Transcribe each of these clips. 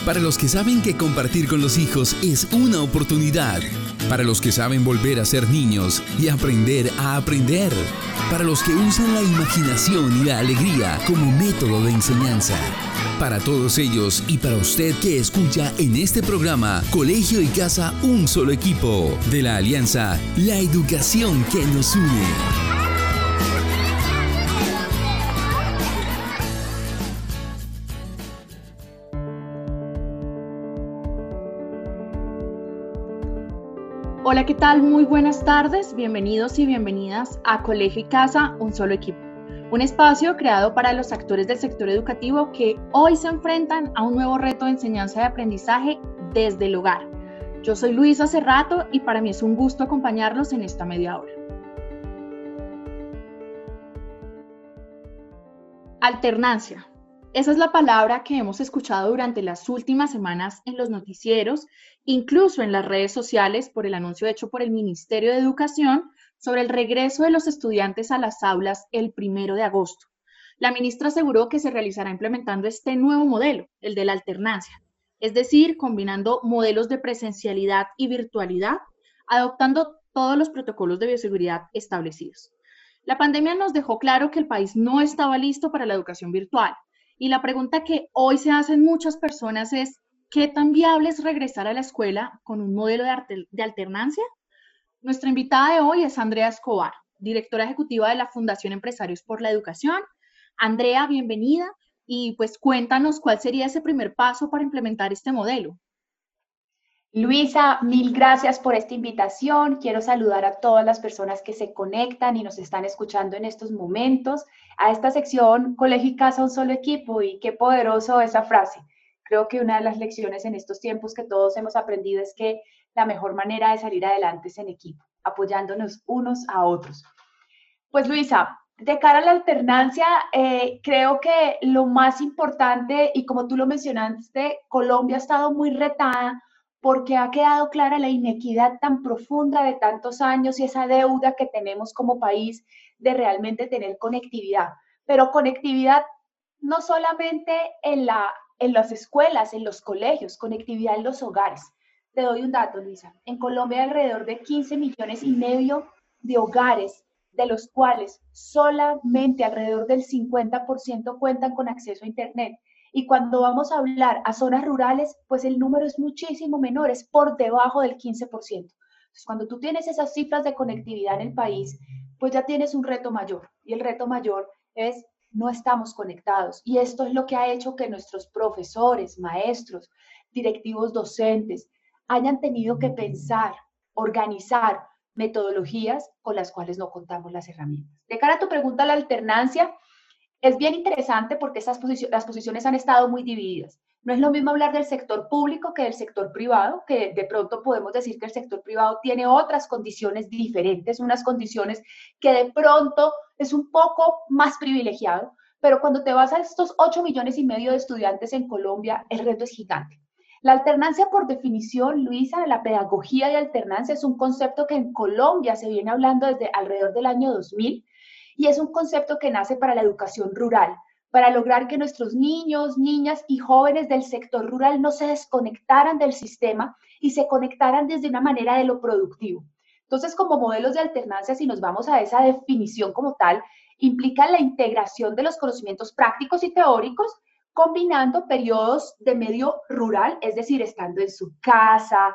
Para los que saben que compartir con los hijos es una oportunidad. Para los que saben volver a ser niños y aprender a aprender. Para los que usan la imaginación y la alegría como método de enseñanza. Para todos ellos y para usted que escucha en este programa Colegio y Casa Un Solo Equipo, de la Alianza La Educación que nos une. Hola, ¿qué tal? Muy buenas tardes, bienvenidos y bienvenidas a Colegio y Casa, un solo equipo. Un espacio creado para los actores del sector educativo que hoy se enfrentan a un nuevo reto de enseñanza y aprendizaje desde el hogar. Yo soy Luisa Cerrato y para mí es un gusto acompañarlos en esta media hora. Alternancia. Esa es la palabra que hemos escuchado durante las últimas semanas en los noticieros, incluso en las redes sociales por el anuncio hecho por el Ministerio de Educación sobre el regreso de los estudiantes a las aulas el 1 de agosto. La ministra aseguró que se realizará implementando este nuevo modelo, el de la alternancia, es decir, combinando modelos de presencialidad y virtualidad, adoptando todos los protocolos de bioseguridad establecidos. La pandemia nos dejó claro que el país no estaba listo para la educación virtual. Y la pregunta que hoy se hacen muchas personas es, ¿qué tan viable es regresar a la escuela con un modelo de alternancia? Nuestra invitada de hoy es Andrea Escobar, directora ejecutiva de la Fundación Empresarios por la Educación. Andrea, bienvenida y pues cuéntanos cuál sería ese primer paso para implementar este modelo. Luisa, mil gracias por esta invitación. Quiero saludar a todas las personas que se conectan y nos están escuchando en estos momentos a esta sección Colegio y Casa, un solo equipo. Y qué poderoso esa frase. Creo que una de las lecciones en estos tiempos que todos hemos aprendido es que la mejor manera de salir adelante es en equipo, apoyándonos unos a otros. Pues Luisa, de cara a la alternancia, creo que lo más importante, y como tú lo mencionaste, Colombia ha estado muy retada porque ha quedado clara la inequidad tan profunda de tantos años y esa deuda que tenemos como país de realmente tener conectividad. Pero conectividad no solamente en las escuelas, en los colegios, conectividad en los hogares. Te doy un dato, Luisa. En Colombia hay alrededor de 15,5 millones de hogares, de los cuales solamente alrededor del 50% cuentan con acceso a Internet. Y cuando vamos a hablar a zonas rurales, pues el número es muchísimo menor, es por debajo del 15%. Entonces, cuando tú tienes esas cifras de conectividad en el país, pues ya tienes un reto mayor. Y el reto mayor es no estamos conectados. Y esto es lo que ha hecho que nuestros profesores, maestros, directivos docentes hayan tenido que pensar, organizar metodologías con las cuales no contamos las herramientas. De cara a tu pregunta, la alternancia es bien interesante porque las posiciones han estado muy divididas. No es lo mismo hablar del sector público que del sector privado, que de pronto podemos decir que el sector privado tiene otras condiciones diferentes, unas condiciones que de pronto es un poco más privilegiado, pero cuando te vas a estos 8,5 millones de estudiantes en Colombia, el reto es gigante. La alternancia, por definición, Luisa, la pedagogía de alternancia es un concepto que en Colombia se viene hablando desde alrededor del año 2000 y es un concepto que nace para la educación rural, para lograr que nuestros niños, niñas y jóvenes del sector rural no se desconectaran del sistema y se conectaran desde una manera de lo productivo. Entonces, como modelos de alternancia, si nos vamos a esa definición como tal, implica la integración de los conocimientos prácticos y teóricos combinando periodos de medio rural, es decir, estando en su casa,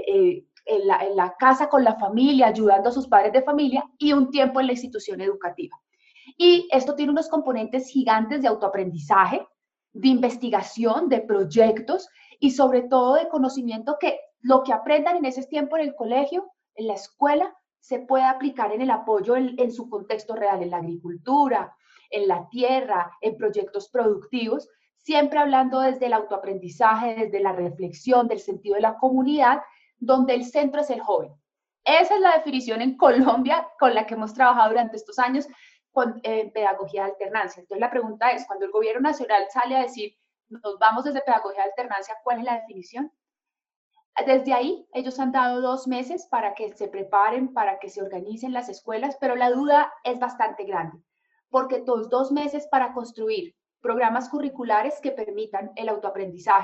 en la casa con la familia, ayudando a sus padres de familia y un tiempo en la institución educativa. Y esto tiene unos componentes gigantes de autoaprendizaje, de investigación, de proyectos y sobre todo de conocimiento que lo que aprendan en ese tiempo en el colegio, en la escuela, se puede aplicar en el apoyo en su contexto real, en la agricultura, en la tierra, en proyectos productivos, siempre hablando desde el autoaprendizaje, desde la reflexión, del sentido de la comunidad, donde el centro es el joven. Esa es la definición en Colombia con la que hemos trabajado durante estos años con pedagogía de alternancia. Entonces la pregunta es, cuando el gobierno nacional sale a decir, nos vamos desde pedagogía de alternancia, ¿cuál es la definición? Desde ahí, ellos han dado 2 meses para que se preparen, para que se organicen las escuelas, pero la duda es bastante grande, porque los 2 meses para construir programas curriculares que permitan el autoaprendizaje,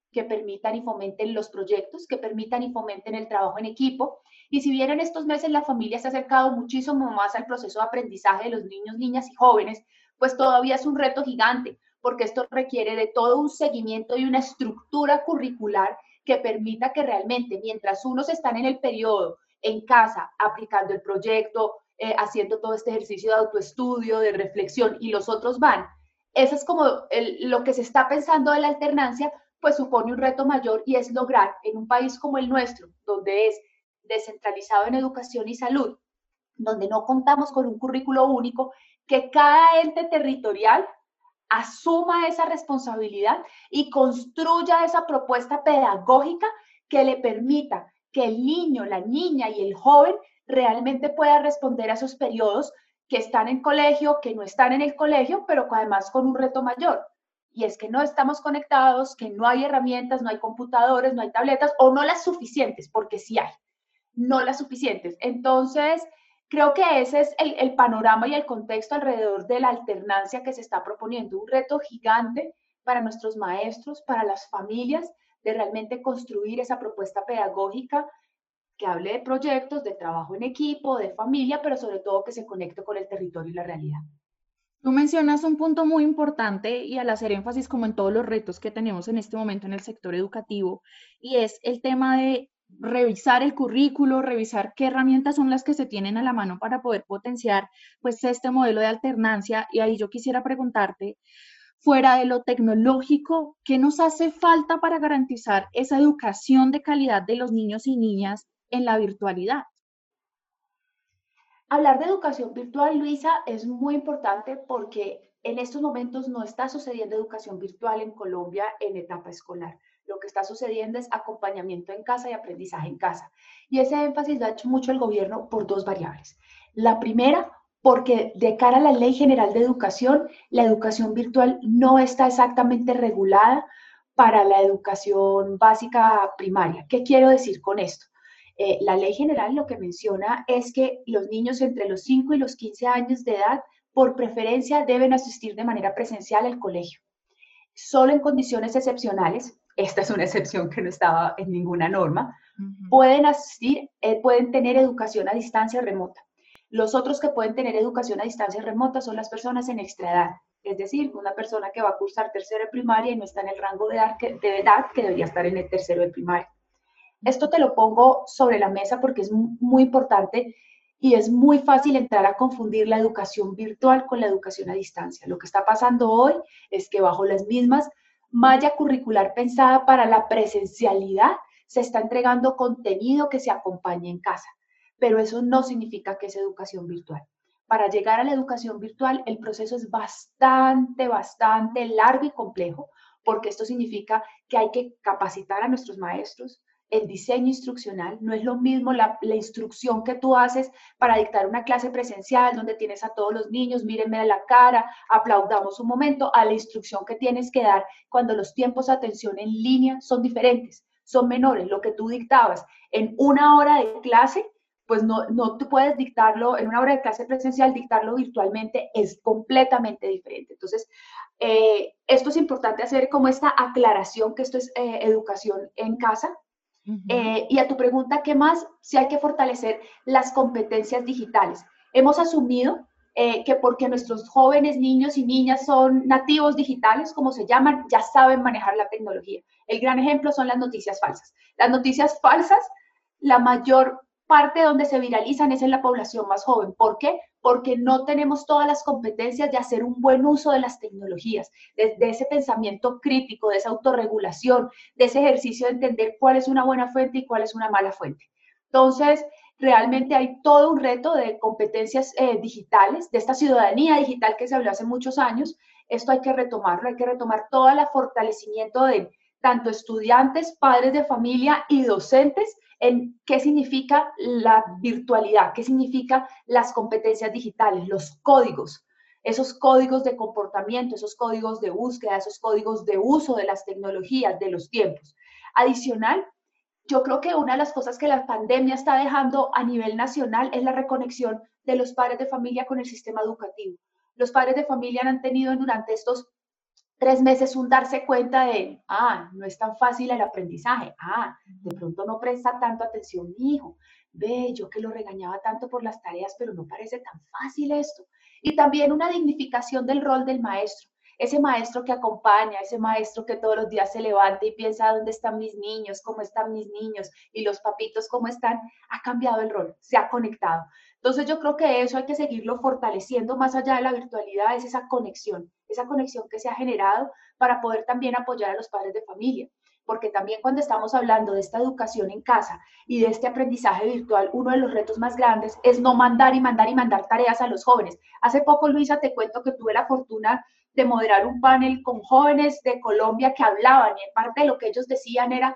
que permitan y fomenten los proyectos, que permitan y fomenten el trabajo en equipo. Y si bien en estos meses la familia se ha acercado muchísimo más al proceso de aprendizaje de los niños, niñas y jóvenes, pues todavía es un reto gigante, porque esto requiere de todo un seguimiento y una estructura curricular que permita que realmente, mientras unos están en el periodo en casa, aplicando el proyecto, haciendo todo este ejercicio de autoestudio, de reflexión, y los otros van, eso es como lo que se está pensando de la alternancia, pues supone un reto mayor y es lograr en un país como el nuestro, donde es descentralizado en educación y salud, donde no contamos con un currículo único, que cada ente territorial asuma esa responsabilidad y construya esa propuesta pedagógica que le permita que el niño, la niña y el joven realmente pueda responder a esos periodos que están en colegio, que no están en el colegio, pero además con un reto mayor. Y es que no estamos conectados, que no hay herramientas, no hay computadores, no hay tabletas, o no las suficientes, porque sí hay, no las suficientes. Entonces, creo que ese es el panorama y el contexto alrededor de la alternancia que se está proponiendo. Un reto gigante para nuestros maestros, para las familias, de realmente construir esa propuesta pedagógica que hable de proyectos, de trabajo en equipo, de familia, pero sobre todo que se conecte con el territorio y la realidad. Tú mencionas un punto muy importante y al hacer énfasis como en todos los retos que tenemos en este momento en el sector educativo, y es el tema de revisar el currículo, revisar qué herramientas son las que se tienen a la mano para poder potenciar pues este modelo de alternancia. Y ahí yo quisiera preguntarte, fuera de lo tecnológico, ¿qué nos hace falta para garantizar esa educación de calidad de los niños y niñas en la virtualidad? Hablar de educación virtual, Luisa, es muy importante porque en estos momentos no está sucediendo educación virtual en Colombia en etapa escolar. Lo que está sucediendo es acompañamiento en casa y aprendizaje en casa. Y ese énfasis lo ha hecho mucho el gobierno por dos variables. La primera, porque de cara a la Ley General de Educación, la educación virtual no está exactamente regulada para la educación básica primaria. ¿Qué quiero decir con esto? La ley general lo que menciona es que los niños entre los 5 y los 15 años de edad, por preferencia, deben asistir de manera presencial al colegio. Solo en condiciones excepcionales, esta es una excepción que no estaba en ninguna norma, pueden asistir, pueden tener educación a distancia remota. Los otros que pueden tener educación a distancia remota son las personas en extra edad, es decir, una persona que va a cursar tercero de primaria y no está en el rango de edad que debería estar en el tercero de primaria. Esto te lo pongo sobre la mesa porque es muy importante y es muy fácil entrar a confundir la educación virtual con la educación a distancia. Lo que está pasando hoy es que bajo las mismas malla curricular pensada para la presencialidad, se está entregando contenido que se acompañe en casa, pero eso no significa que es educación virtual. Para llegar a la educación virtual, el proceso es bastante largo y complejo, porque esto significa que hay que capacitar a nuestros maestros, el diseño instruccional. No es lo mismo la instrucción que tú haces para dictar una clase presencial donde tienes a todos los niños, mírenme a la cara, aplaudamos un momento, a la instrucción que tienes que dar cuando los tiempos de atención en línea son diferentes, son menores. Lo que tú dictabas en una hora de clase, pues no tú puedes dictarlo en una hora de clase presencial, dictarlo virtualmente es completamente diferente. Entonces, esto es importante hacer como esta aclaración que esto es educación en casa. Y a tu pregunta, ¿qué más? Sí hay que fortalecer las competencias digitales. Hemos asumido que porque nuestros jóvenes, niños y niñas son nativos digitales, como se llaman, ya saben manejar la tecnología. El gran ejemplo son las noticias falsas. Las noticias falsas, la mayor parte donde se viralizan es en la población más joven. ¿Por qué? Porque no tenemos todas las competencias de hacer un buen uso de las tecnologías, de ese pensamiento crítico, de esa autorregulación, de ese ejercicio de entender cuál es una buena fuente y cuál es una mala fuente. Entonces, realmente hay todo un reto de competencias digitales, de esta ciudadanía digital que se habló hace muchos años. Esto hay que retomarlo, hay que retomar todo el fortalecimiento de tanto estudiantes, padres de familia y docentes en qué significa la virtualidad, qué significa las competencias digitales, los códigos, esos códigos de comportamiento, esos códigos de búsqueda, esos códigos de uso de las tecnologías, de los tiempos. Adicional, yo creo que una de las cosas que la pandemia está dejando a nivel nacional es la reconexión de los padres de familia con el sistema educativo. Los padres de familia han tenido durante estos 3 meses un darse cuenta de, no es tan fácil el aprendizaje, de pronto no presta tanto atención mi hijo, ve, yo que lo regañaba tanto por las tareas, pero no parece tan fácil esto. Y también una dignificación del rol del maestro, ese maestro que acompaña, ese maestro que todos los días se levanta y piensa dónde están mis niños, cómo están mis niños y los papitos cómo están, ha cambiado el rol, se ha conectado. Entonces yo creo que eso hay que seguirlo fortaleciendo más allá de la virtualidad, es esa conexión que se ha generado para poder también apoyar a los padres de familia. Porque también cuando estamos hablando de esta educación en casa y de este aprendizaje virtual, uno de los retos más grandes es no mandar y mandar y mandar tareas a los jóvenes. Hace poco, Luisa, te cuento que tuve la fortuna de moderar un panel con jóvenes de Colombia que hablaban y en parte de lo que ellos decían era,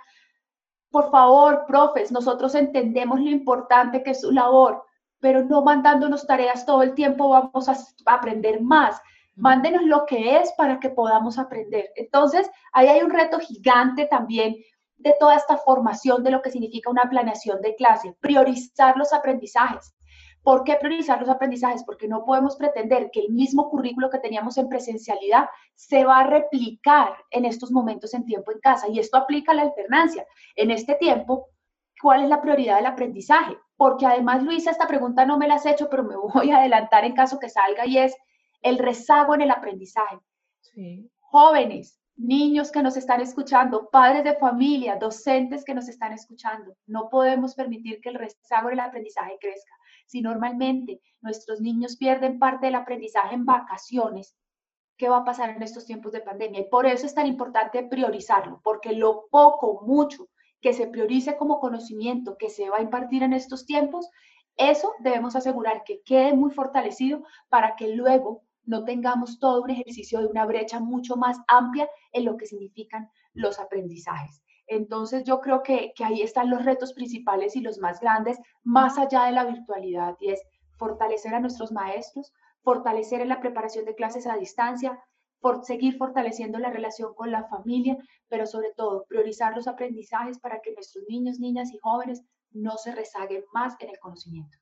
por favor, profes, nosotros entendemos lo importante que es su labor, pero no mandándonos tareas todo el tiempo vamos a aprender más. Mándenos lo que es para que podamos aprender. Entonces, ahí hay un reto gigante también de toda esta formación de lo que significa una planeación de clase, priorizar los aprendizajes. ¿Por qué priorizar los aprendizajes? Porque no podemos pretender que el mismo currículo que teníamos en presencialidad se va a replicar en estos momentos en tiempo en casa. Y esto aplica a la alternancia. En este tiempo, ¿cuál es la prioridad del aprendizaje? Porque además, Luisa, esta pregunta no me la has hecho, pero me voy a adelantar en caso que salga y es el rezago en el aprendizaje. Sí. Jóvenes, niños que nos están escuchando, padres de familia, docentes que nos están escuchando, no podemos permitir que el rezago en el aprendizaje crezca. Si normalmente nuestros niños pierden parte del aprendizaje en vacaciones, ¿qué va a pasar en estos tiempos de pandemia? Y por eso es tan importante priorizarlo, porque lo poco, mucho que se priorice como conocimiento que se va a impartir en estos tiempos, eso debemos asegurar que quede muy fortalecido para que luego no tengamos todo un ejercicio de una brecha mucho más amplia en lo que significan los aprendizajes. Entonces yo creo que ahí están los retos principales y los más grandes, más allá de la virtualidad, y es fortalecer a nuestros maestros, fortalecer en la preparación de clases a distancia, seguir fortaleciendo la relación con la familia, pero sobre todo priorizar los aprendizajes para que nuestros niños, niñas y jóvenes no se rezaguen más en el conocimiento.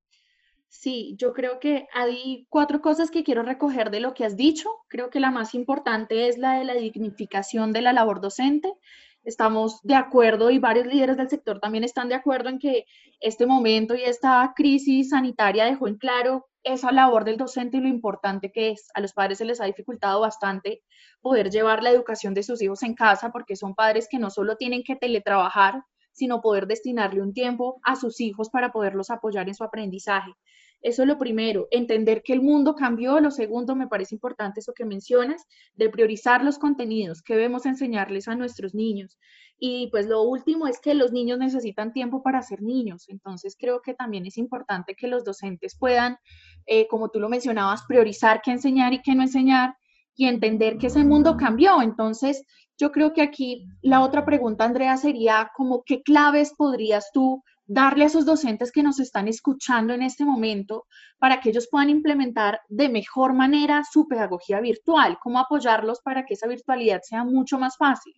Sí, yo creo que hay 4 cosas que quiero recoger de lo que has dicho. Creo que la más importante es la de la dignificación de la labor docente. Estamos de acuerdo y varios líderes del sector también están de acuerdo en que este momento y esta crisis sanitaria dejó en claro esa labor del docente y lo importante que es. A los padres se les ha dificultado bastante poder llevar la educación de sus hijos en casa porque son padres que no solo tienen que teletrabajar, sino poder destinarle un tiempo a sus hijos para poderlos apoyar en su aprendizaje. Eso es lo primero, entender que el mundo cambió. Lo segundo, me parece importante eso que mencionas, de priorizar los contenidos que debemos enseñarles a nuestros niños. Y pues lo último es que los niños necesitan tiempo para ser niños. Entonces creo que también es importante que los docentes puedan, como tú lo mencionabas, priorizar qué enseñar y qué no enseñar y entender que ese mundo cambió. Entonces yo creo que aquí la otra pregunta, Andrea, sería como qué claves podrías tú darle a esos docentes que nos están escuchando en este momento para que ellos puedan implementar de mejor manera su pedagogía virtual, cómo apoyarlos para que esa virtualidad sea mucho más fácil.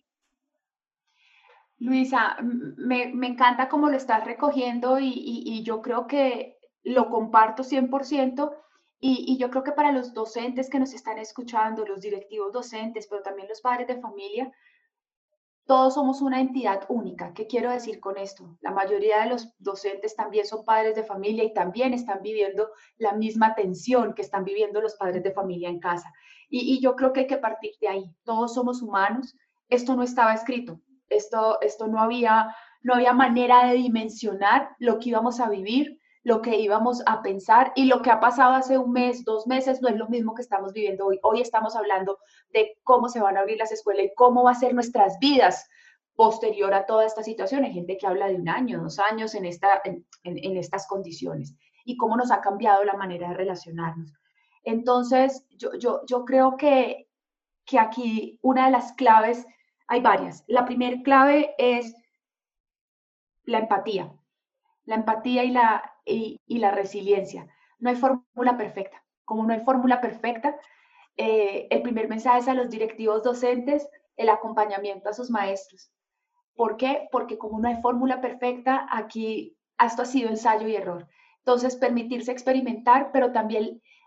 Luisa, me encanta cómo lo estás recogiendo y yo creo que lo comparto 100%. Y yo creo que para los docentes que nos están escuchando, los directivos docentes, pero también los padres de familia, todos somos una entidad única. ¿Qué quiero decir con esto? La mayoría de los docentes también son padres de familia y también están viviendo la misma tensión que están viviendo los padres de familia en casa. Y yo creo que hay que partir de ahí. Todos somos humanos. Esto no estaba escrito. Esto no había manera de dimensionar lo que íbamos a vivir, lo que íbamos a pensar, y lo que ha pasado hace un mes, 2 meses, no es lo mismo que estamos viviendo hoy. Hoy estamos hablando de cómo se van a abrir las escuelas y cómo va a ser nuestras vidas posterior a toda esta situación. Hay gente que habla de 1 año, 2 años en estas condiciones y cómo nos ha cambiado la manera de relacionarnos. Entonces, yo creo que aquí una de las claves, hay varias. La primera clave es la empatía. La empatía y la resiliencia. No hay fórmula perfecta. Como no hay fórmula perfecta, el primer mensaje es a los directivos docentes, el acompañamiento a sus maestros. ¿Por qué? Porque como no hay fórmula perfecta, aquí esto ha sido ensayo y error. Entonces, permitirse experimentar, pero también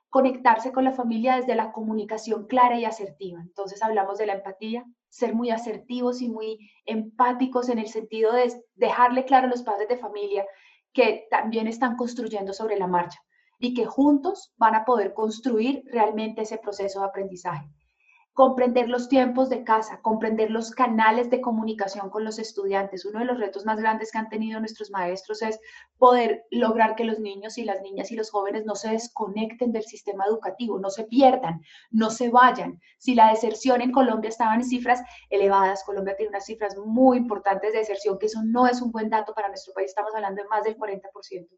conectarse con la familia desde la comunicación clara y asertiva. Entonces hablamos de la empatía, ser muy asertivos y muy empáticos en el sentido de dejarle claro a los padres de familia que también están construyendo sobre la marcha y que juntos van a poder construir realmente ese proceso de aprendizaje. Comprender los tiempos de casa, comprender los canales de comunicación con los estudiantes. Uno de los retos más grandes que han tenido nuestros maestros es poder lograr que los niños y las niñas y los jóvenes no se desconecten del sistema educativo, no se pierdan, no se vayan. Si la deserción en Colombia estaba en cifras elevadas, Colombia tiene unas cifras muy importantes de deserción, que eso no es un buen dato para nuestro país, estamos hablando de más del 40%.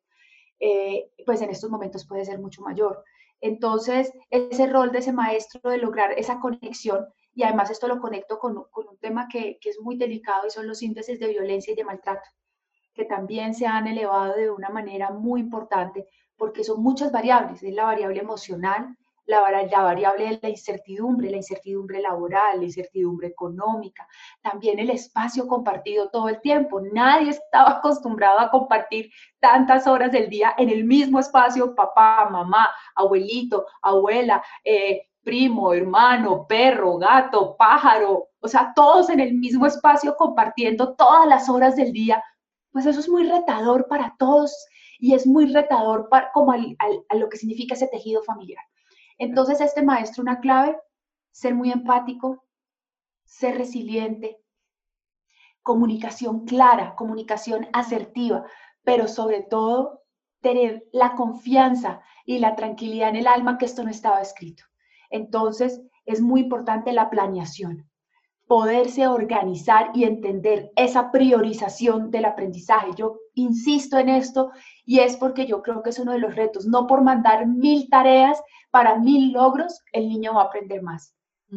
Pues en estos momentos puede ser mucho mayor. Entonces, ese rol de ese maestro de lograr esa conexión, y además esto lo conecto con un tema que es muy delicado y son los índices de violencia y de maltrato, que también se han elevado de una manera muy importante, porque son muchas variables, es la variable emocional, la variable de la incertidumbre laboral, la incertidumbre económica, también el espacio compartido todo el tiempo. Nadie estaba acostumbrado a compartir tantas horas del día en el mismo espacio, papá, mamá, abuelito, abuela, primo, hermano, perro, gato, pájaro, o sea, todos en el mismo espacio compartiendo todas las horas del día. Pues eso es muy retador para todos y es muy retador como a lo que significa ese tejido familiar. Entonces, este maestro, una clave, ser muy empático, ser resiliente, comunicación clara, comunicación asertiva, pero sobre todo tener la confianza y la tranquilidad en el alma que esto no estaba escrito. Entonces, es muy importante la planeación, poderse organizar y entender esa priorización del aprendizaje. Yo insisto en esto y es porque yo creo que es uno de los retos. No por mandar 1000 tareas para 1000 logros, el niño va a aprender más.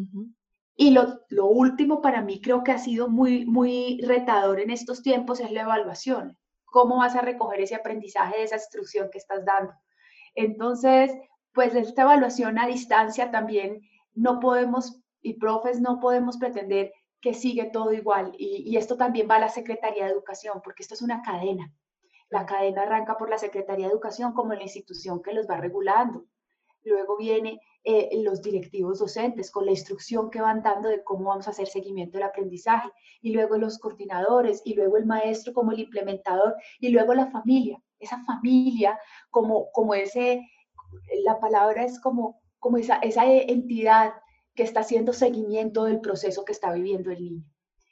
Y lo último para mí creo que ha sido muy, muy retador en estos tiempos es la evaluación. ¿Cómo vas a recoger ese aprendizaje de esa instrucción que estás dando? Entonces, pues esta evaluación a distancia también no podemos, y profes, no podemos pretender que sigue todo igual. Y esto también va a la Secretaría de Educación, porque esto es una cadena. La cadena arranca por la Secretaría de Educación como la institución que los va regulando. Luego viene los directivos docentes con la instrucción que van dando de cómo vamos a hacer seguimiento del aprendizaje, y luego los coordinadores, y luego el maestro como el implementador, y luego la familia, esa familia como ese, la palabra es como esa entidad que está haciendo seguimiento del proceso que está viviendo el niño.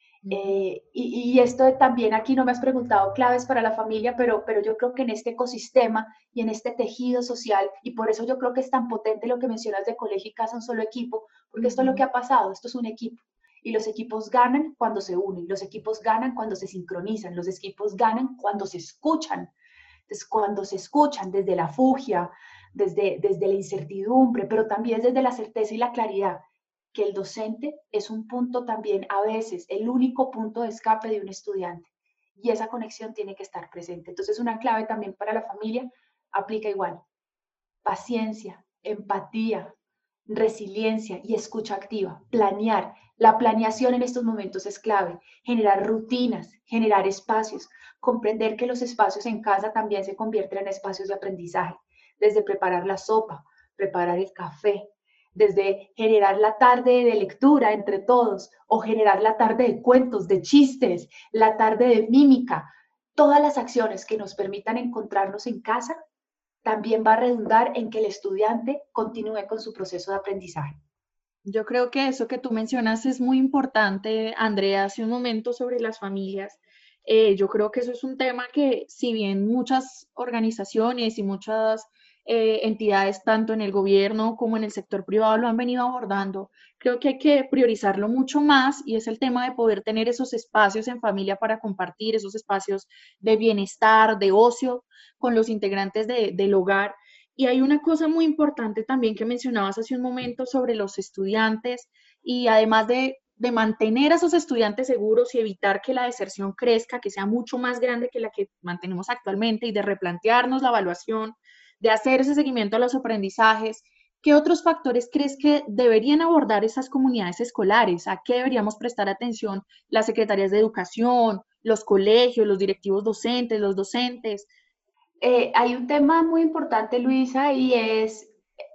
Y esto también aquí no me has preguntado claves para la familia, pero yo creo que en este ecosistema y en este tejido social, y por eso yo creo que es tan potente lo que mencionas de colegio y casa, un solo equipo, porque esto es lo que ha pasado, esto es un equipo. Y los equipos ganan cuando se unen, los equipos ganan cuando se sincronizan, los equipos ganan cuando se escuchan. Entonces, cuando se escuchan desde la fugia, desde la incertidumbre, pero también desde la certeza y la claridad, que el docente es un punto también, a veces, el único punto de escape de un estudiante. Y esa conexión tiene que estar presente. Entonces, una clave también para la familia aplica igual. Paciencia, empatía, resiliencia y escucha activa. Planear. La planeación en estos momentos es clave. Generar rutinas, generar espacios. Comprender que los espacios en casa también se convierten en espacios de aprendizaje. Desde preparar la sopa, preparar el café, desde generar la tarde de lectura entre todos o generar la tarde de cuentos, de chistes, la tarde de mímica. Todas las acciones que nos permitan encontrarnos en casa también va a redundar en que el estudiante continúe con su proceso de aprendizaje. Yo creo que eso que tú mencionas es muy importante, Andrea, hace un momento sobre las familias. Yo creo que eso es un tema que, si bien muchas organizaciones y muchas entidades, tanto en el gobierno como en el sector privado, lo han venido abordando, creo que hay que priorizarlo mucho más, y es el tema de poder tener esos espacios en familia para compartir, esos espacios de bienestar, de ocio con los integrantes del hogar. Y hay una cosa muy importante también que mencionabas hace un momento sobre los estudiantes, y además de mantener a esos estudiantes seguros y evitar que la deserción crezca, que sea mucho más grande que la que mantenemos actualmente, y de replantearnos la evaluación, de hacer ese seguimiento a los aprendizajes. ¿Qué otros factores crees que deberían abordar esas comunidades escolares? ¿A qué deberíamos prestar atención las secretarías de educación, los colegios, los directivos docentes, los docentes? Hay un tema muy importante, Luisa, y es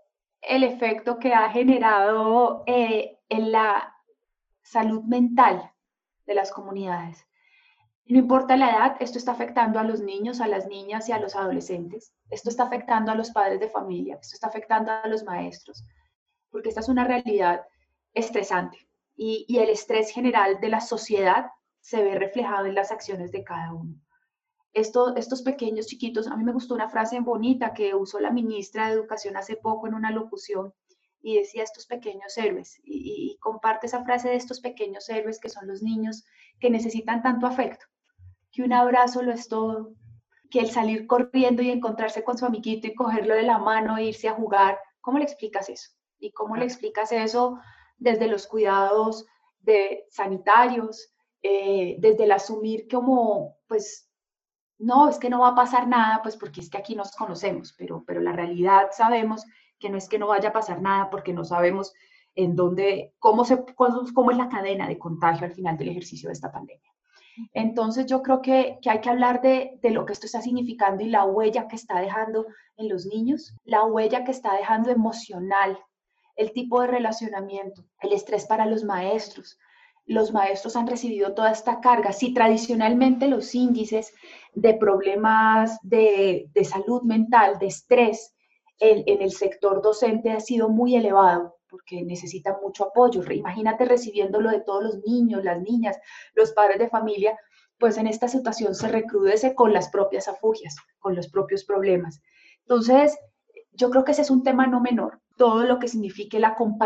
el efecto que ha generado en la salud mental de las comunidades. No importa la edad, esto está afectando a los niños, a las niñas y a los adolescentes. Esto está afectando a los padres de familia, esto está afectando a los maestros, porque esta es una realidad estresante. Y el estrés general de la sociedad se ve reflejado en las acciones de cada uno. Estos pequeños chiquitos, a mí me gustó una frase bonita que usó la ministra de Educación hace poco en una locución y decía estos pequeños héroes y comparte esa frase de estos pequeños héroes que son los niños que necesitan tanto afecto, que un abrazo lo es todo, que el salir corriendo y encontrarse con su amiguito y cogerlo de la mano e irse a jugar. ¿Cómo le explicas eso? ¿Y cómo le explicas eso desde los cuidados sanitarios, desde el asumir como, pues, no, es que no va a pasar nada, pues porque es que aquí nos conocemos, pero la realidad sabemos que no es que no vaya a pasar nada porque no sabemos en dónde, cómo es la cadena de contagio al final del ejercicio de esta pandemia. Entonces yo creo que hay que hablar de lo que esto está significando y la huella que está dejando en los niños, la huella que está dejando emocional, el tipo de relacionamiento, el estrés para los maestros. Los maestros han recibido toda esta carga. Si tradicionalmente los índices de problemas de salud mental, de estrés en el sector docente ha sido muy elevado, porque necesitan mucho apoyo. Imagínate recibiéndolo de todos los niños, las niñas, los padres de familia, pues en esta situación se recrudece con las propias afugias, con los propios problemas. Entonces, yo creo que ese es un tema no menor, todo lo que signifique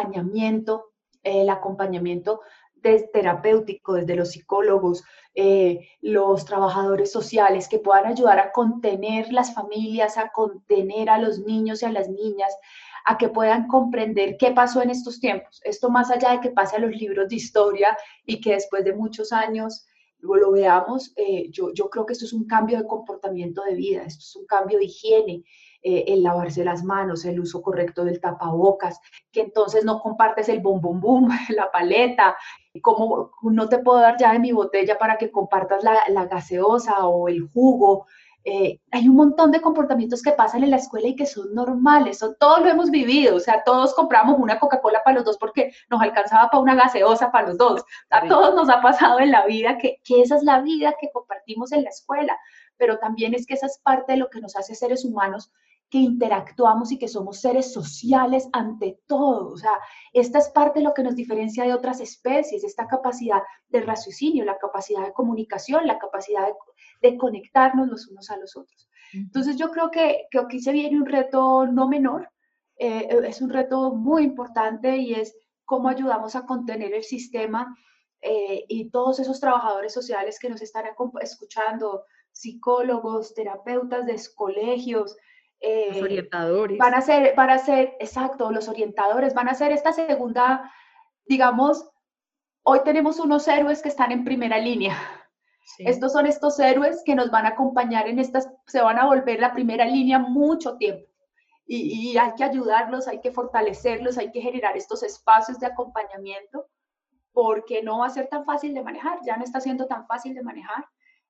el acompañamiento terapéutico desde los psicólogos, los trabajadores sociales que puedan ayudar a contener las familias, a contener a los niños y a las niñas, a que puedan comprender qué pasó en estos tiempos. Esto más allá de que pase a los libros de historia y que después de muchos años lo veamos, yo creo que esto es un cambio de comportamiento de vida, esto es un cambio de higiene, el lavarse las manos, el uso correcto del tapabocas, que entonces no compartes el bum bum bum, la paleta, como no te puedo dar ya de mi botella para que compartas la gaseosa o el jugo. Hay un montón de comportamientos que pasan en la escuela y que son normales, todos lo hemos vivido, o sea, todos compramos una Coca-Cola para los dos porque nos alcanzaba para una gaseosa para los dos, a todos nos ha pasado en la vida que esa es la vida que compartimos en la escuela, pero también es que esa es parte de lo que nos hace seres humanos, que interactuamos y que somos seres sociales ante todo, o sea, esta es parte de lo que nos diferencia de otras especies, esta capacidad de raciocinio, la capacidad de comunicación, la capacidad de conectarnos los unos a los otros. Entonces yo creo que aquí se viene un reto no menor, es un reto muy importante y es cómo ayudamos a contener el sistema y todos esos trabajadores sociales que nos están escuchando, psicólogos, terapeutas de colegios, Los orientadores. van a ser, exacto, los orientadores, van a ser esta segunda, digamos, hoy tenemos unos héroes que están en primera línea. Sí. Estos son estos héroes que nos van a acompañar se van a volver la primera línea mucho tiempo. Y hay que ayudarlos, hay que fortalecerlos, hay que generar estos espacios de acompañamiento, porque no va a ser tan fácil de manejar, ya no está siendo tan fácil de manejar.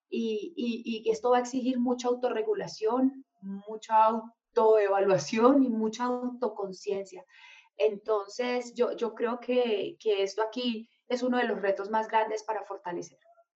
Y esto va a exigir mucha autorregulación, mucha autoevaluación y mucha autoconciencia. Entonces, yo creo que esto aquí es uno de los retos más grandes para fortalecer.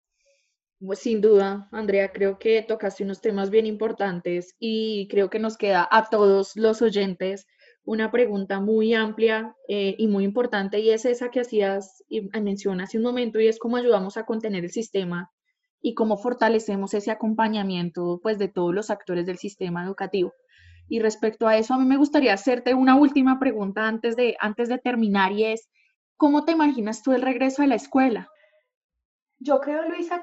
Sin duda, Andrea, creo que tocaste unos temas bien importantes y creo que nos queda a todos los oyentes una pregunta muy amplia y muy importante, y es esa que hacías y mencionas hace un momento, y es cómo ayudamos a contener el sistema y cómo fortalecemos ese acompañamiento, pues, de todos los actores del sistema educativo. Y respecto a eso, a mí me gustaría hacerte una última pregunta antes de terminar, y es, ¿cómo te imaginas tú el regreso a la escuela? Yo creo, Luisa,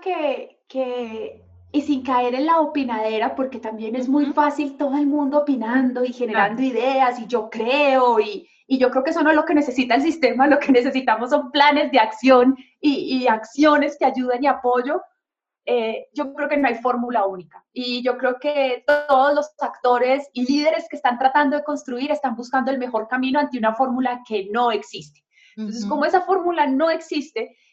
y sin caer en la opinadera, porque también es muy fácil todo el mundo opinando y generando ideas, y yo creo, y yo creo que eso no es lo que necesita el sistema, lo que necesitamos son planes de acción y acciones que ayuden y apoyo. Yo creo que no hay fórmula única, y yo creo que todos los actores y líderes que están tratando de construir están buscando el mejor camino ante una fórmula que no existe. Entonces, como esa fórmula no existe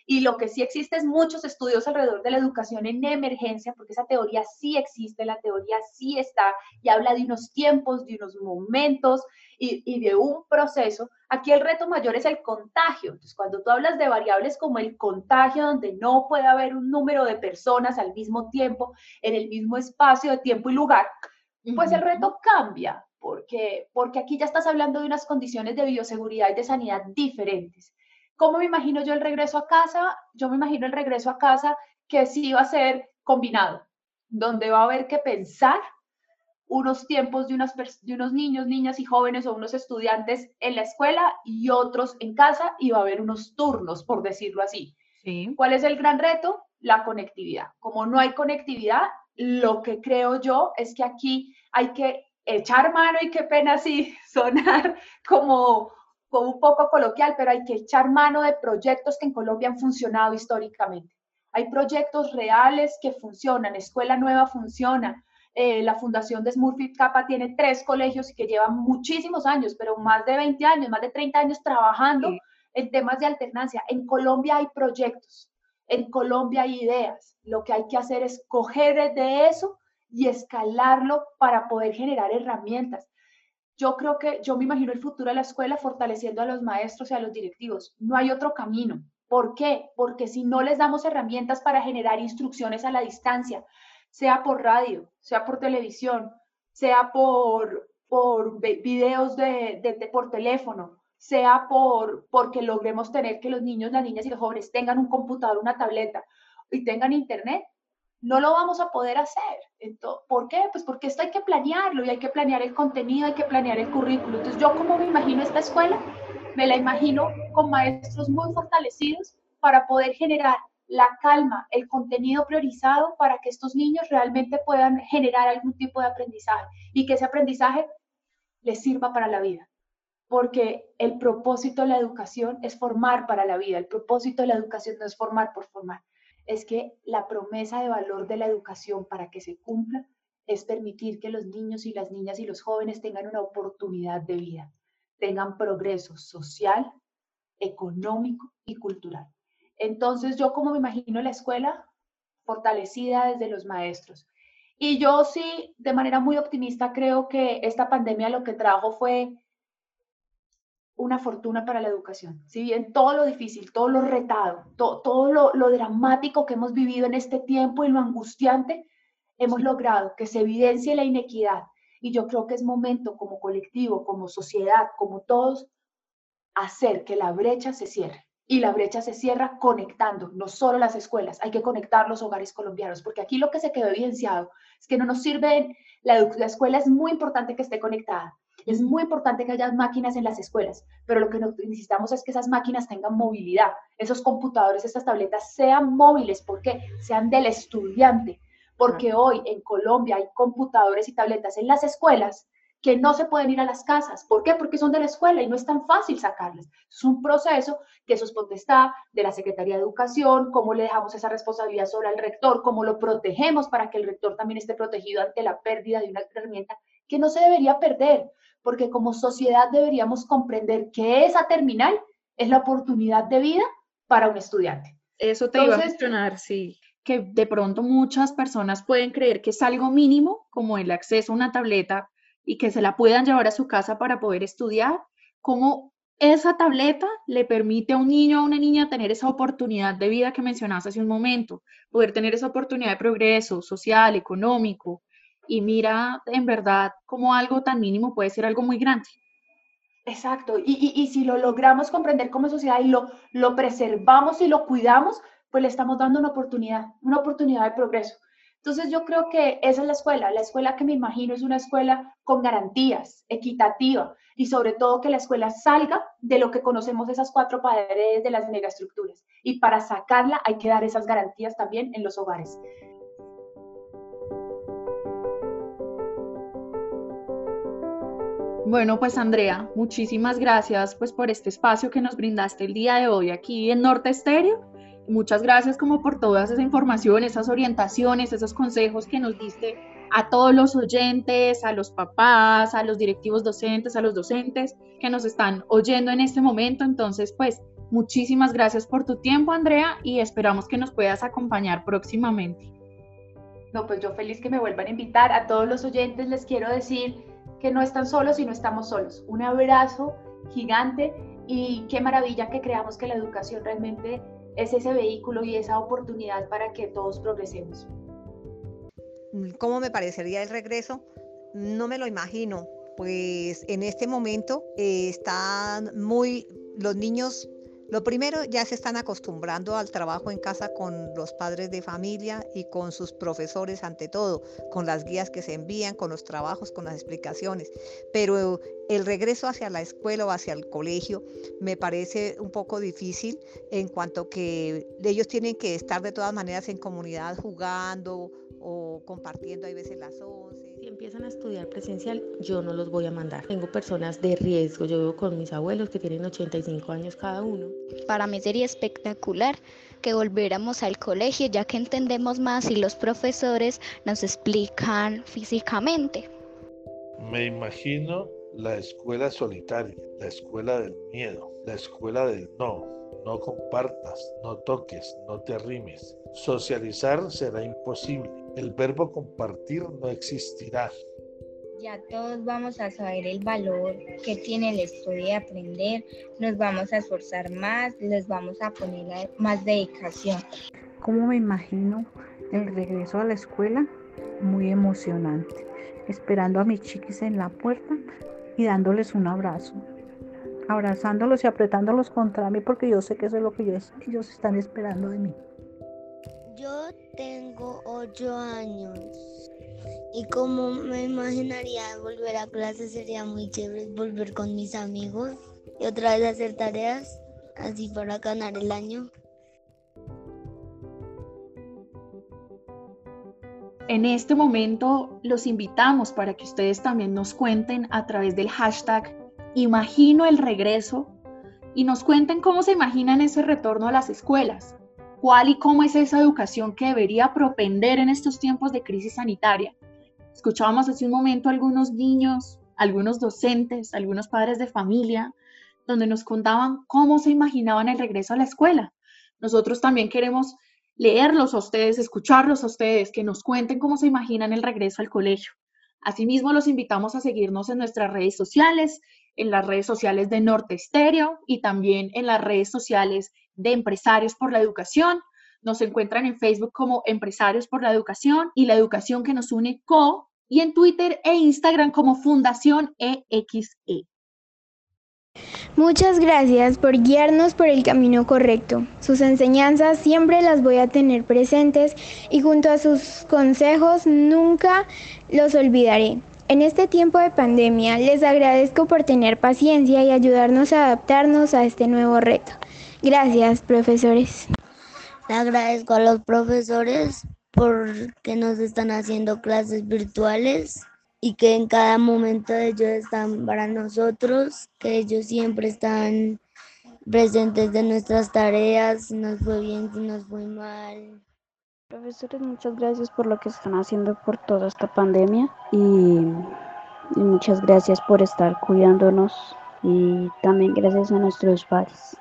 Y lo que sí existe es muchos estudios alrededor de la educación en emergencia, porque esa teoría sí existe, la teoría sí está y habla de unos tiempos, de unos momentos y de un proceso. Aquí el reto mayor es el contagio. Entonces, cuando tú hablas de variables como el contagio, donde no puede haber un número de personas al mismo tiempo, en el mismo espacio de tiempo y lugar, pues el reto cambia, porque aquí ya estás hablando de unas condiciones de bioseguridad y de sanidad diferentes. ¿Cómo me imagino yo el regreso a casa? Yo me imagino el regreso a casa que sí va a ser combinado, donde va a haber que pensar unos tiempos de unos niños, niñas y jóvenes o unos estudiantes en la escuela y otros en casa y va a haber unos turnos, por decirlo así. Sí. ¿Cuál es el gran reto? La conectividad. Como no hay conectividad, lo que creo yo es que aquí hay que echar mano y qué pena así sonar como un poco coloquial, pero hay que echar mano de proyectos que en Colombia han funcionado históricamente. Hay proyectos reales que funcionan, Escuela Nueva funciona, la Fundación de Smurfit Kappa tiene 3 colegios que llevan muchísimos años, pero más de 20 años, más de 30 años trabajando en temas de alternancia. En Colombia hay proyectos, en Colombia hay ideas. Lo que hay que hacer es coger de eso y escalarlo para poder generar herramientas. Yo creo que yo me imagino el futuro de la escuela fortaleciendo a los maestros y a los directivos. No hay otro camino. ¿Por qué? Porque si no les damos herramientas para generar instrucciones a la distancia, sea por radio, sea por televisión, sea por videos por teléfono, sea porque logremos tener que los niños, las niñas y los jóvenes tengan un computador, una tableta y tengan internet, no lo vamos a poder hacer. Entonces, ¿por qué? Pues porque esto hay que planearlo y hay que planear el contenido, hay que planear el currículo. Entonces, yo como me imagino esta escuela, me la imagino con maestros muy fortalecidos para poder generar la calma, el contenido priorizado para que estos niños realmente puedan generar algún tipo de aprendizaje y que ese aprendizaje les sirva para la vida. Porque el propósito de la educación es formar para la vida. El propósito de la educación no es formar por formar. Es que la promesa de valor de la educación para que se cumpla es permitir que los niños y las niñas y los jóvenes tengan una oportunidad de vida, tengan progreso social, económico y cultural. Entonces, yo como me imagino la escuela fortalecida desde los maestros. Y yo sí, de manera muy optimista, creo que esta pandemia lo que trajo fue una fortuna para la educación. Si bien todo lo difícil, todo lo retado, todo lo dramático que hemos vivido en este tiempo y lo angustiante, hemos logrado que se evidencie la inequidad. Y yo creo que es momento como colectivo, como sociedad, como todos, hacer que la brecha se cierre. Y la brecha se cierra conectando, no solo las escuelas, hay que conectar los hogares colombianos, porque aquí lo que se quedó evidenciado es que no nos sirve, la escuela es muy importante que esté conectada, es muy importante que haya máquinas en las escuelas, pero lo que necesitamos es que esas máquinas tengan movilidad, esos computadores, esas tabletas sean móviles, porque sean del estudiante, porque hoy en Colombia hay computadores y tabletas en las escuelas que no se pueden ir a las casas. ¿Por qué? Porque son de la escuela y no es tan fácil sacarlas. Es un proceso que eso es potestad de la Secretaría de Educación, cómo le dejamos esa responsabilidad sobre el rector, cómo lo protegemos para que el rector también esté protegido ante la pérdida de una herramienta que no se debería perder, porque como sociedad deberíamos comprender que esa terminal es la oportunidad de vida para un estudiante. Eso te iba a mencionar, sí, que de pronto muchas personas pueden creer que es algo mínimo, como el acceso a una tableta, y que se la puedan llevar a su casa para poder estudiar, cómo esa tableta le permite a un niño o a una niña tener esa oportunidad de vida que mencionaste hace un momento, poder tener esa oportunidad de progreso social, económico, y mira en verdad cómo algo tan mínimo puede ser algo muy grande. Exacto, y si lo logramos comprender como sociedad y lo preservamos y lo cuidamos, pues le estamos dando una oportunidad de progreso. Entonces yo creo que esa es la escuela que me imagino es una escuela con garantías, equitativa y sobre todo que la escuela salga de lo que conocemos esas 4 paredes de las megaestructuras. Y para sacarla hay que dar esas garantías también en los hogares. Bueno, pues Andrea, muchísimas gracias pues por este espacio que nos brindaste el día de hoy aquí en Norte Estéreo. Muchas gracias como por toda esa información, esas orientaciones, esos consejos que nos diste a todos los oyentes, a los papás, a los directivos docentes, a los docentes que nos están oyendo en este momento. Entonces, pues Muchísimas gracias por tu tiempo, Andrea, y esperamos que nos puedas acompañar próximamente. No, pues yo feliz que me vuelvan a invitar. A todos los oyentes les quiero decir que no están solos y no estamos solos. Un abrazo gigante y qué maravilla que creamos que la educación realmente es ese vehículo y esa oportunidad para que todos progresemos. ¿Cómo me parecería el regreso? No me lo imagino, pues en este momento los niños, lo primero, ya se están acostumbrando al trabajo en casa con los padres de familia y con sus profesores ante todo, con las guías que se envían, con los trabajos, con las explicaciones. Pero el regreso hacia la escuela o hacia el colegio me parece un poco difícil en cuanto que ellos tienen que estar de todas maneras en comunidad jugando o compartiendo a veces las 11. Si empiezan a estudiar presencial, yo no los voy a mandar. Tengo personas de riesgo, yo vivo con mis abuelos que tienen 85 años cada uno. Para mí sería espectacular que volviéramos al colegio, ya que entendemos más y los profesores nos explican físicamente. Me imagino la escuela solitaria, la escuela del miedo, la escuela del no compartas, no toques, no te arrimes. Socializar será imposible. El verbo compartir no existirá. Ya todos vamos a saber el valor que tiene el estudio y aprender, nos vamos a esforzar más, les vamos a poner más dedicación. ¿Cómo me imagino el regreso a la escuela? Muy emocionante, esperando a mis chiquis en la puerta y dándoles un abrazo, abrazándolos y apretándolos contra mí porque yo sé que eso es lo que ellos están esperando de mí. Yo tengo 8 años y como me imaginaría volver a clase sería muy chévere volver con mis amigos y otra vez hacer tareas, así para ganar el año. En este momento los invitamos para que ustedes también nos cuenten a través del hashtag Imagino el regreso y nos cuenten cómo se imaginan ese retorno a las escuelas. ¿Cuál y cómo es esa educación que debería propender en estos tiempos de crisis sanitaria? Escuchábamos hace un momento a algunos niños, algunos docentes, algunos padres de familia, donde nos contaban cómo se imaginaban el regreso a la escuela. Nosotros también queremos leerlos a ustedes, escucharlos a ustedes, que nos cuenten cómo se imaginan el regreso al colegio. Asimismo, los invitamos a seguirnos en nuestras redes sociales, en las redes sociales de Norte Estéreo y también en las redes sociales de Empresarios por la Educación. Nos encuentran en Facebook como Empresarios por la Educación y la Educación que nos une CO, y en Twitter e Instagram como Fundación EXE. Muchas gracias por guiarnos por el camino correcto. Sus enseñanzas siempre las voy a tener presentes y junto a sus consejos nunca los olvidaré. En este tiempo de pandemia les agradezco por tener paciencia y ayudarnos a adaptarnos a este nuevo reto. Gracias, profesores. Le agradezco a los profesores porque nos están haciendo clases virtuales y que en cada momento ellos están para nosotros, que ellos siempre están presentes de nuestras tareas, si nos fue bien, si nos fue mal. Profesores, muchas gracias por lo que están haciendo por toda esta pandemia y muchas gracias por estar cuidándonos y también gracias a nuestros padres.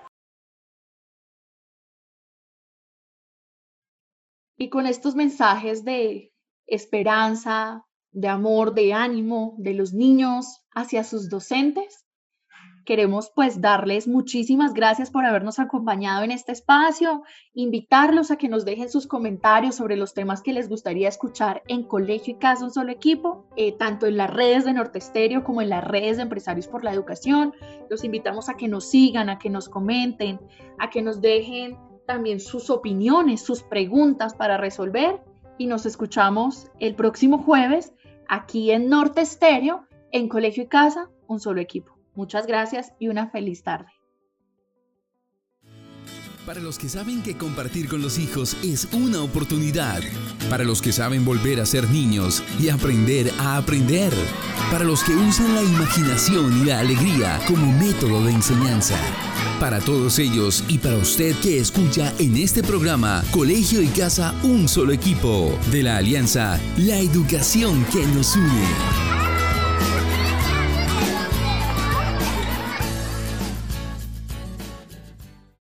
Y con estos mensajes de esperanza, de amor, de ánimo de los niños hacia sus docentes, queremos pues darles muchísimas gracias por habernos acompañado en este espacio, invitarlos a que nos dejen sus comentarios sobre los temas que les gustaría escuchar en Colegio y Casa Un Solo Equipo, tanto en las redes de Norte Estéreo como en las redes de Empresarios por la Educación. Los invitamos a que nos sigan, a que nos comenten, a que nos dejen también sus opiniones, sus preguntas para resolver, y nos escuchamos el próximo jueves aquí en Norte Estéreo, en Colegio y Casa Un Solo Equipo. Muchas gracias y una feliz tarde. Para los que saben que compartir con los hijos es una oportunidad. Para los que saben volver a ser niños y aprender a aprender. Para los que usan la imaginación y la alegría como método de enseñanza. Para todos ellos y para usted que escucha en este programa Colegio y Casa Un Solo Equipo, de la Alianza La Educación que nos une.